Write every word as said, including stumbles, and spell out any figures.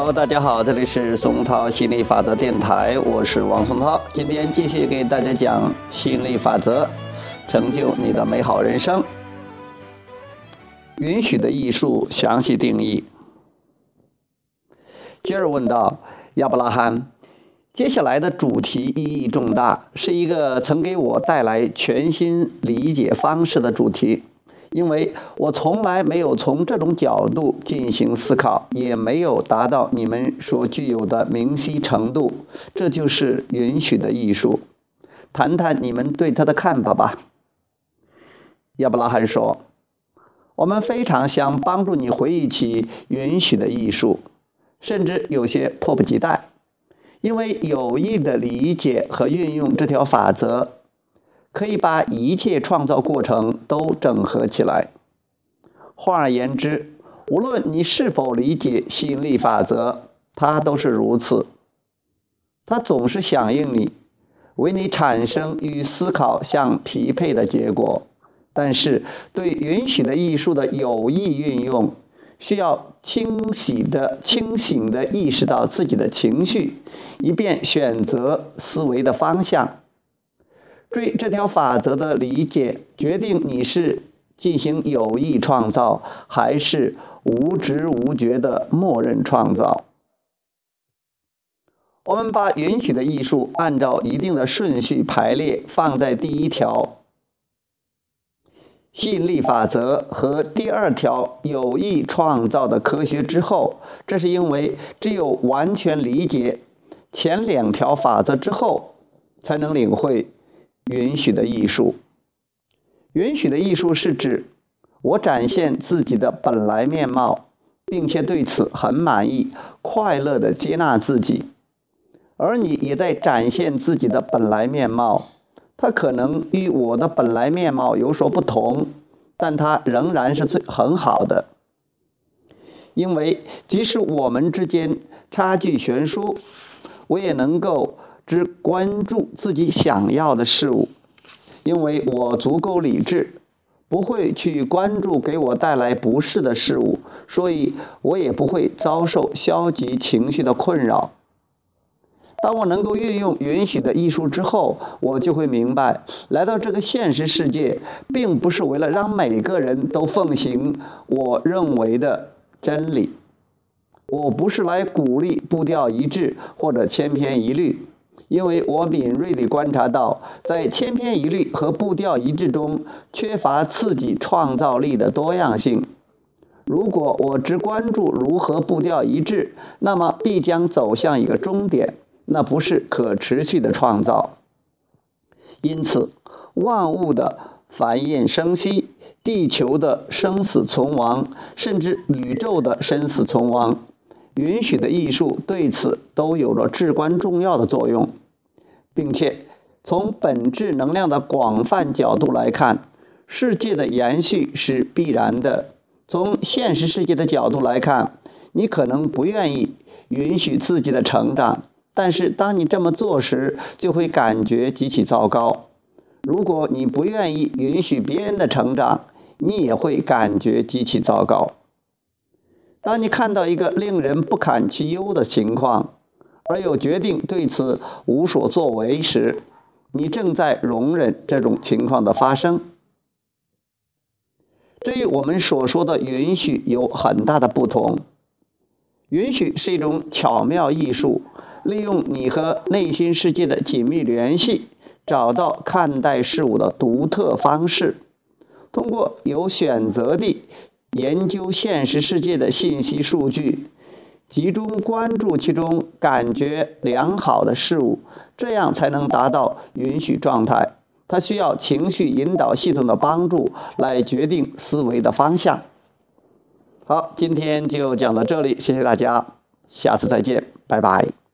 Hello， 大家好，这里是松涛吸引力法则电台，我是王松涛。今天继续给大家讲吸引力法则，成就你的美好人生。允许的艺术详细定义。接着问道：亚伯拉罕，接下来的主题意义重大，是一个曾给我带来全新理解方式的主题。因为我从来没有从这种角度进行思考，也没有达到你们所具有的明晰程度，这就是允许的艺术。谈谈你们对它的看法吧。亚伯拉罕说：我们非常想帮助你回忆起允许的艺术，甚至有些迫不及待，因为有意的理解和运用这条法则可以把一切创造过程都整合起来。换而言之，无论你是否理解吸引力法则，它都是如此。它总是响应你，为你产生与思考相匹配的结果。但是，对允许的艺术的有意运用，需要清晰的、清醒地意识到自己的情绪，以便选择思维的方向。对这条法则的理解，决定你是进行有意创造，还是无知无觉的默认创造。我们把允许的艺术按照一定的顺序排列，放在第一条吸引力法则和第二条有意创造的科学之后，这是因为只有完全理解前两条法则之后，才能领会允许的艺术。允许的艺术是指我展现自己的本来面貌，并且对此很满意，快乐地接纳自己，而你也在展现自己的本来面貌。它可能与我的本来面貌有所不同，但它仍然是最很好的。因为即使我们之间差距悬殊，我也能够只关注自己想要的事物，因为我足够理智，不会去关注给我带来不适的事物，所以我也不会遭受消极情绪的困扰。当我能够运用允许的艺术之后，我就会明白，来到这个现实世界，并不是为了让每个人都奉行我认为的真理。我不是来鼓励步调一致或者千篇一律，因为我敏锐地观察到，在千篇一律和步调一致中，缺乏刺激创造力的多样性。如果我只关注如何步调一致，那么必将走向一个终点，那不是可持续的创造。因此，万物的繁衍生息，地球的生死存亡，甚至宇宙的生死存亡，允许的艺术对此都有着至关重要的作用，并且从本质能量的广泛角度来看，世界的延续是必然的。从现实世界的角度来看，你可能不愿意允许自己的成长，但是当你这么做时，就会感觉极其糟糕。如果你不愿意允许别人的成长，你也会感觉极其糟糕。当你看到一个令人不堪其忧的情况，而又决定对此无所作为时，你正在容忍这种情况的发生。这与我们所说的允许有很大的不同。允许是一种巧妙艺术，利用你和内心世界的紧密联系，找到看待事物的独特方式。通过有选择地研究现实世界的信息数据，集中关注其中感觉良好的事物，这样才能达到允许状态。它需要情绪引导系统的帮助来决定思维的方向。好，今天就讲到这里，谢谢大家，下次再见，拜拜。